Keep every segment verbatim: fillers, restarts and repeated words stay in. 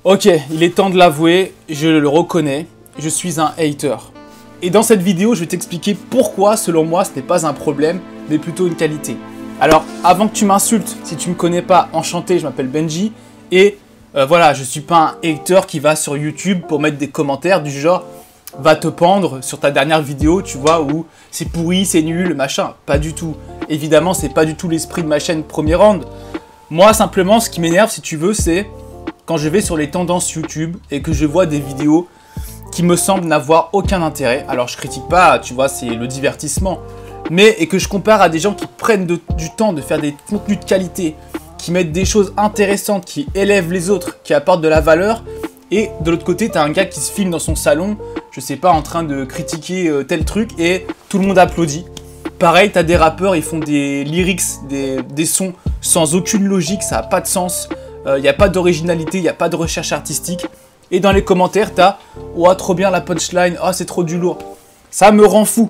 Ok, il est temps de l'avouer, je le reconnais, je suis un hater. Et dans cette vidéo, je vais t'expliquer pourquoi, selon moi, ce n'est pas un problème, mais plutôt une qualité. Alors, avant que tu m'insultes, si tu me connais pas, enchanté, je m'appelle Benji, et euh, voilà, je suis pas un hater qui va sur YouTube pour mettre des commentaires du genre « va te pendre sur ta dernière vidéo, tu vois, où c'est pourri, c'est nul, machin ». Pas du tout. Évidemment, c'est pas du tout l'esprit de ma chaîne Premier Round. Moi, simplement, ce qui m'énerve, si tu veux, c'est quand je vais sur les tendances YouTube et que je vois des vidéos qui me semblent n'avoir aucun intérêt. Alors, je critique pas, tu vois, c'est le divertissement. Mais, et que je compare à des gens qui prennent de, du temps de faire des contenus de qualité, qui mettent des choses intéressantes, qui élèvent les autres, qui apportent de la valeur. Et de l'autre côté, tu as un gars qui se filme dans son salon, je sais pas, en train de critiquer euh, tel truc, et tout le monde applaudit. Pareil, tu as des rappeurs, ils font des lyrics, des, des sons sans aucune logique, ça n'a pas de sens. Il euh, n'y a pas d'originalité, il n'y a pas de recherche artistique. Et dans les commentaires, tu as « Oh, trop bien la punchline, oh, c'est trop du lourd ». Ça me rend fou.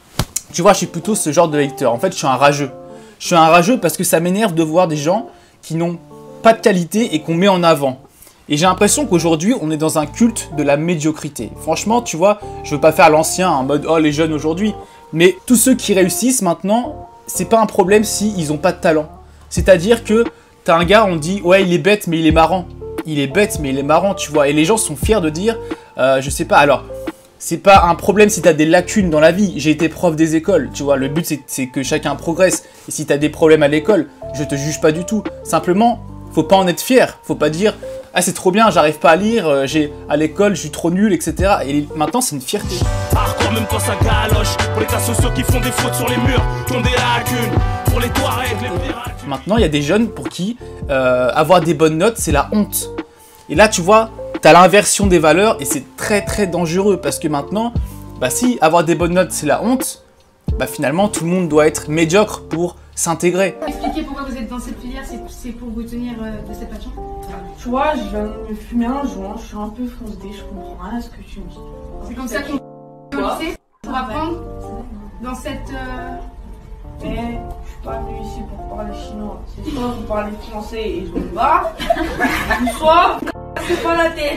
Tu vois, je suis plutôt ce genre de hater. En fait, je suis un rageux. Je suis un rageux parce que ça m'énerve de voir des gens qui n'ont pas de qualité et qu'on met en avant. Et j'ai l'impression qu'aujourd'hui, on est dans un culte de la médiocrité. Franchement, tu vois, je veux pas faire l'ancien en mode « Oh, les jeunes aujourd'hui ». Mais tous ceux qui réussissent maintenant, c'est pas un problème s'ils n'ont pas de talent. C'est-à-dire que t'as un gars, on dit « Ouais, il est bête, mais il est marrant ». Il est bête, mais il est marrant, tu vois. Et les gens sont fiers de dire euh, « Je sais pas, alors… » C'est pas un problème si tu as des lacunes dans la vie. J'ai été prof des écoles, tu vois. Le but, c'est que chacun progresse. Et si tu as des problèmes à l'école, je te juge pas du tout. Simplement, faut pas en être fier. Faut pas dire « Ah, c'est trop bien, j'arrive pas à lire, j'ai à l'école, je suis trop nul, et cetera » Et maintenant, c'est une fierté. Hardcore même quand ça galoche. Pour les cas sociaux qui font des fautes sur les murs, qui ont des lacunes. Pour les Touaregs, les pirates. Maintenant, il y a des jeunes pour qui euh, avoir des bonnes notes, c'est la honte. Et là, tu vois… T'as l'inversion des valeurs et c'est très très dangereux parce que maintenant, bah si avoir des bonnes notes c'est la honte, bah finalement tout le monde doit être médiocre pour s'intégrer. Expliquez pourquoi vous êtes dans cette filière, c'est pour vous tenir euh, de cette passion. Tu vois, je viens de me fumer un joint, je suis un peu foncé, je comprends rien à ce que tu me dis. C'est comme ça qu'on au lycée pour apprendre dans cette... Euh... Mais je suis pas venu ici pour parler chinois. C'est soit vous parlez français et je me bats, ou soit... C'est pas la tête.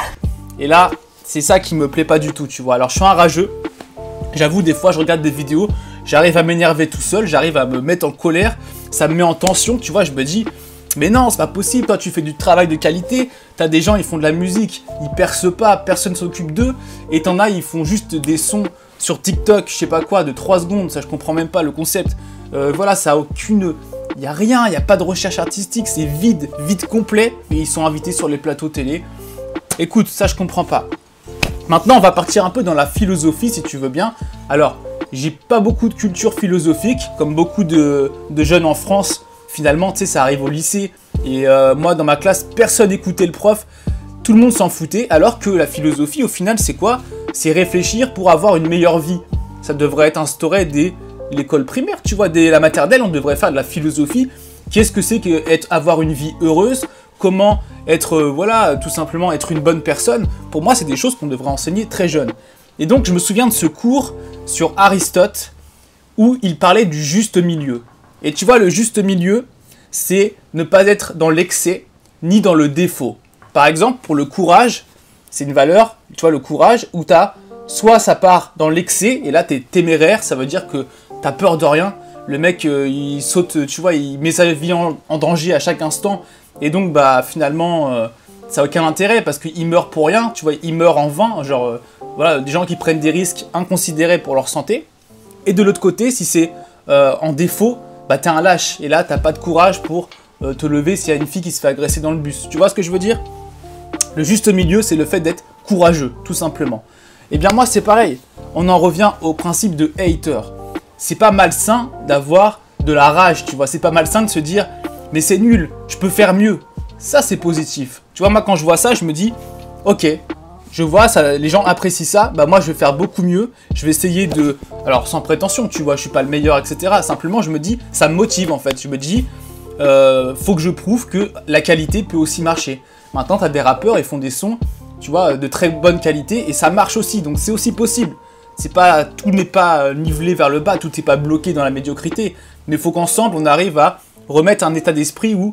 Et là, c'est ça qui me plaît pas du tout, tu vois. Alors, je suis un rageux. J'avoue, des fois, je regarde des vidéos, j'arrive à m'énerver tout seul, j'arrive à me mettre en colère, ça me met en tension, tu vois. Je me dis, mais non, c'est pas possible. Toi, tu fais du travail de qualité. T'as des gens, ils font de la musique, ils percent pas, personne s'occupe d'eux. Et t'en as, ils font juste des sons sur TikTok, je sais pas quoi, de trois secondes. Ça, je comprends même pas le concept. Euh, voilà, ça a aucune. Il n'y a rien, il n'y a pas de recherche artistique, c'est vide, vide complet, et ils sont invités sur les plateaux télé. Écoute, ça je comprends pas. Maintenant, on va partir un peu dans la philosophie, si tu veux bien. Alors, j'ai pas beaucoup de culture philosophique, comme beaucoup de, de jeunes en France. Finalement, tu sais, ça arrive au lycée, et euh, moi, dans ma classe, personne n'écoutait le prof, tout le monde s'en foutait, alors que la philosophie, au final, c'est quoi? C'est réfléchir pour avoir une meilleure vie. Ça devrait être instauré dès l'école primaire, tu vois, dès la maternelle, on devrait faire de la philosophie. Qu'est-ce que c'est que être, avoir une vie heureuse? Comment être, euh, voilà, tout simplement être une bonne personne? Pour moi, c'est des choses qu'on devrait enseigner très jeune. Et donc, je me souviens de ce cours sur Aristote où il parlait du juste milieu. Et tu vois, le juste milieu, c'est ne pas être dans l'excès ni dans le défaut. Par exemple, pour le courage, c'est une valeur, tu vois, le courage, où tu as soit ça part dans l'excès, et là, tu es téméraire, ça veut dire que t'as peur de rien, le mec euh, il saute, tu vois, il met sa vie en, en danger à chaque instant, et donc bah finalement euh, ça n'a aucun intérêt parce qu'il meurt pour rien, tu vois, il meurt en vain, genre euh, voilà, des gens qui prennent des risques inconsidérés pour leur santé. Et de l'autre côté, si c'est euh, en défaut, bah t'es un lâche, et là t'as pas de courage pour euh, te lever s'il y a une fille qui se fait agresser dans le bus. Tu vois ce que je veux dire? Le juste milieu, c'est le fait d'être courageux, tout simplement. Et bien moi c'est pareil, on en revient au principe de hater. C'est pas malsain d'avoir de la rage, tu vois. C'est pas malsain de se dire « mais c'est nul, je peux faire mieux ». Ça, c'est positif. Tu vois, moi, quand je vois ça, je me dis « ok, je vois, ça, les gens apprécient ça, bah moi, je vais faire beaucoup mieux. Je vais essayer de… » Alors, sans prétention, tu vois, je suis pas le meilleur, et cetera. Simplement, je me dis, ça me motive, en fait. Je me dis euh, « faut que je prouve que la qualité peut aussi marcher ». Maintenant, tu as des rappeurs, ils font des sons, tu vois, de très bonne qualité, et ça marche aussi, donc c'est aussi possible. C'est pas, tout n'est pas nivelé vers le bas, tout n'est pas bloqué dans la médiocrité, mais il faut qu'ensemble on arrive à remettre un état d'esprit où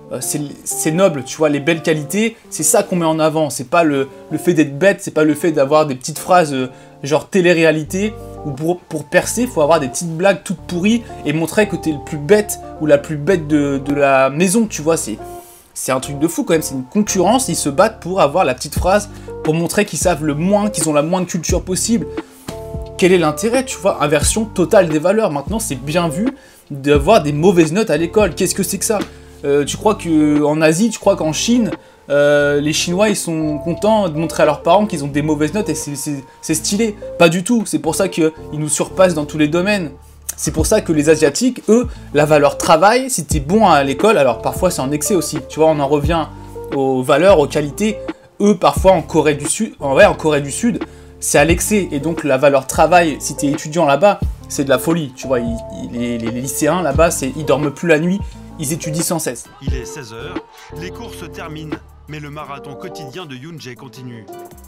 euh, c'est noble, tu vois, les belles qualités, c'est ça qu'on met en avant. C'est pas le, le fait d'être bête, c'est pas le fait d'avoir des petites phrases euh, genre télé-réalité, où pour, pour percer, il faut avoir des petites blagues toutes pourries et montrer que t'es le plus bête ou la plus bête de, de la maison, tu vois, c'est... C'est un truc de fou quand même, c'est une concurrence, ils se battent pour avoir la petite phrase, pour montrer qu'ils savent le moins, qu'ils ont la moins de culture possible. Quel est l'intérêt, tu vois? Inversion totale des valeurs. Maintenant, c'est bien vu d'avoir des mauvaises notes à l'école. Qu'est-ce que c'est que ça? euh, Tu crois qu'en Asie, tu crois qu'en Chine, euh, les Chinois, ils sont contents de montrer à leurs parents qu'ils ont des mauvaises notes et c'est stylé? Pas du tout, c'est pour ça qu'ils nous surpassent dans tous les domaines. C'est pour ça que les Asiatiques, eux, la valeur travail, si t'es bon à l'école, alors parfois c'est en excès aussi, tu vois, on en revient aux valeurs, aux qualités, eux, parfois en Corée du Sud, en vrai, en Corée du Sud, c'est à l'excès, et donc la valeur travail, si t'es étudiant là-bas, c'est de la folie, tu vois, ils, ils, les, les lycéens là-bas, ils dorment plus la nuit, ils étudient sans cesse. Il est seize heures, les cours se terminent, mais le marathon quotidien de Yoon Jae continue.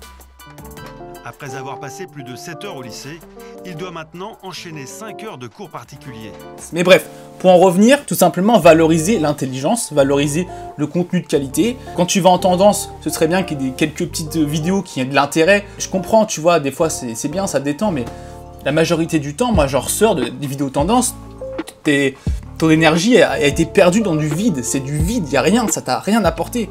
Après avoir passé plus de sept heures au lycée, il doit maintenant enchaîner cinq heures de cours particuliers. Mais bref, pour en revenir, tout simplement valoriser l'intelligence, valoriser le contenu de qualité. Quand tu vas en tendance, ce serait bien qu'il y ait des, quelques petites vidéos qui aient de l'intérêt. Je comprends, tu vois, des fois c'est bien, ça détend, mais la majorité du temps, moi j'en ressors de, des vidéos tendance, ton énergie a, a été perdue dans du vide, c'est du vide, il n'y a rien, ça t'a rien apporté.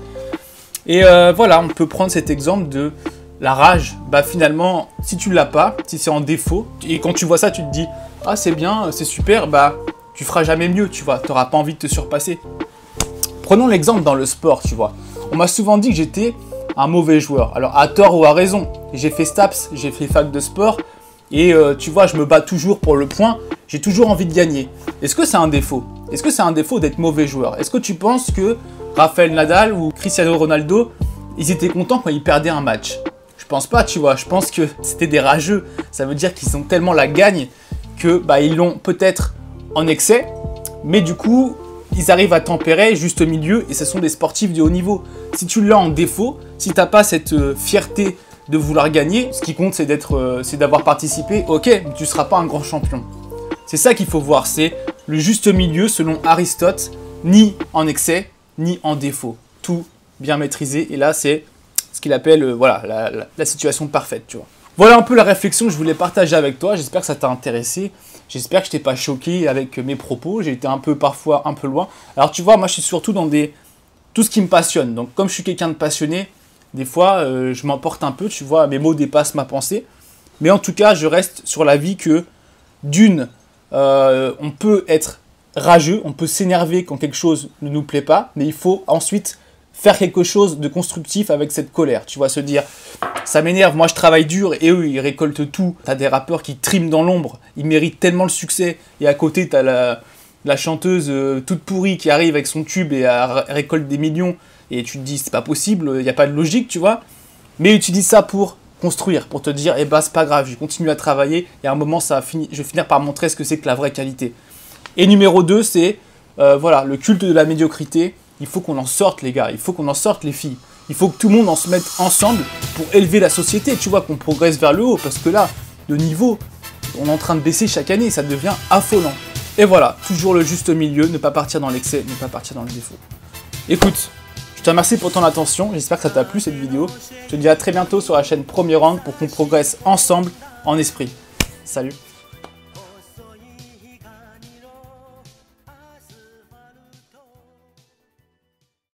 Et euh, voilà, on peut prendre cet exemple de... La rage, bah finalement, si tu l'as pas, si c'est en défaut, et quand tu vois ça, tu te dis « Ah, c'est bien, c'est super », bah tu feras jamais mieux, tu vois, t'auras pas envie de te surpasser. Prenons l'exemple dans le sport, tu vois. On m'a souvent dit que j'étais un mauvais joueur. Alors, à tort ou à raison, j'ai fait STAPS, j'ai fait fac de sport, et euh, tu vois, je me bats toujours pour le point, j'ai toujours envie de gagner. Est-ce que c'est un défaut? Est-ce que c'est un défaut d'être mauvais joueur? Est-ce que tu penses que Rafael Nadal ou Cristiano Ronaldo, ils étaient contents quand ils perdaient un match? Je pense pas, tu vois, je pense que c'était des rageux. Ça veut dire qu'ils ont tellement la gagne que bah, ils l'ont peut-être en excès, mais du coup, ils arrivent à tempérer juste au milieu et ce sont des sportifs de haut niveau. Si tu l'as en défaut, si t'as pas cette euh, fierté de vouloir gagner, ce qui compte c'est d'être, euh, c'est d'avoir participé, ok, mais tu seras pas un grand champion. C'est ça qu'il faut voir, c'est le juste milieu selon Aristote, ni en excès, ni en défaut. Tout bien maîtrisé et là c'est ce qu'il appelle euh, voilà, la, la, la situation parfaite, tu vois. Voilà un peu la réflexion que je voulais partager avec toi, j'espère que ça t'a intéressé, j'espère que je t'ai pas choqué avec mes propos, j'ai été un peu parfois un peu loin. Alors tu vois, moi je suis surtout dans des... tout ce qui me passionne, donc comme je suis quelqu'un de passionné, des fois euh, je m'emporte un peu, tu vois, mes mots dépassent ma pensée, mais en tout cas je reste sur l'avis que d'une, euh, on peut être rageux, on peut s'énerver quand quelque chose ne nous plaît pas, mais il faut ensuite faire quelque chose de constructif avec cette colère, tu vois, se dire, ça m'énerve, moi je travaille dur, et eux ils récoltent tout, t'as des rappeurs qui triment dans l'ombre, ils méritent tellement le succès, et à côté t'as la, la chanteuse euh, toute pourrie qui arrive avec son tube et elle récolte des millions, et tu te dis, c'est pas possible, il n'y a pas de logique, tu vois, mais utilise ça pour construire, pour te dire, eh ben c'est pas grave, je continue à travailler, et à un moment ça va finir, je vais finir par montrer ce que c'est que la vraie qualité. Et numéro deux, c'est, euh, voilà, le culte de la médiocrité. Il faut qu'on en sorte, les gars. Il faut qu'on en sorte, les filles. Il faut que tout le monde en se mette ensemble pour élever la société. Tu vois, qu'on progresse vers le haut. Parce que là, le niveau, on est en train de baisser chaque année. Ça devient affolant. Et voilà, toujours le juste milieu. Ne pas partir dans l'excès, ne pas partir dans le défaut. Écoute, je te remercie pour ton attention. J'espère que ça t'a plu, cette vidéo. Je te dis à très bientôt sur la chaîne Premier Round pour qu'on progresse ensemble en esprit. Salut.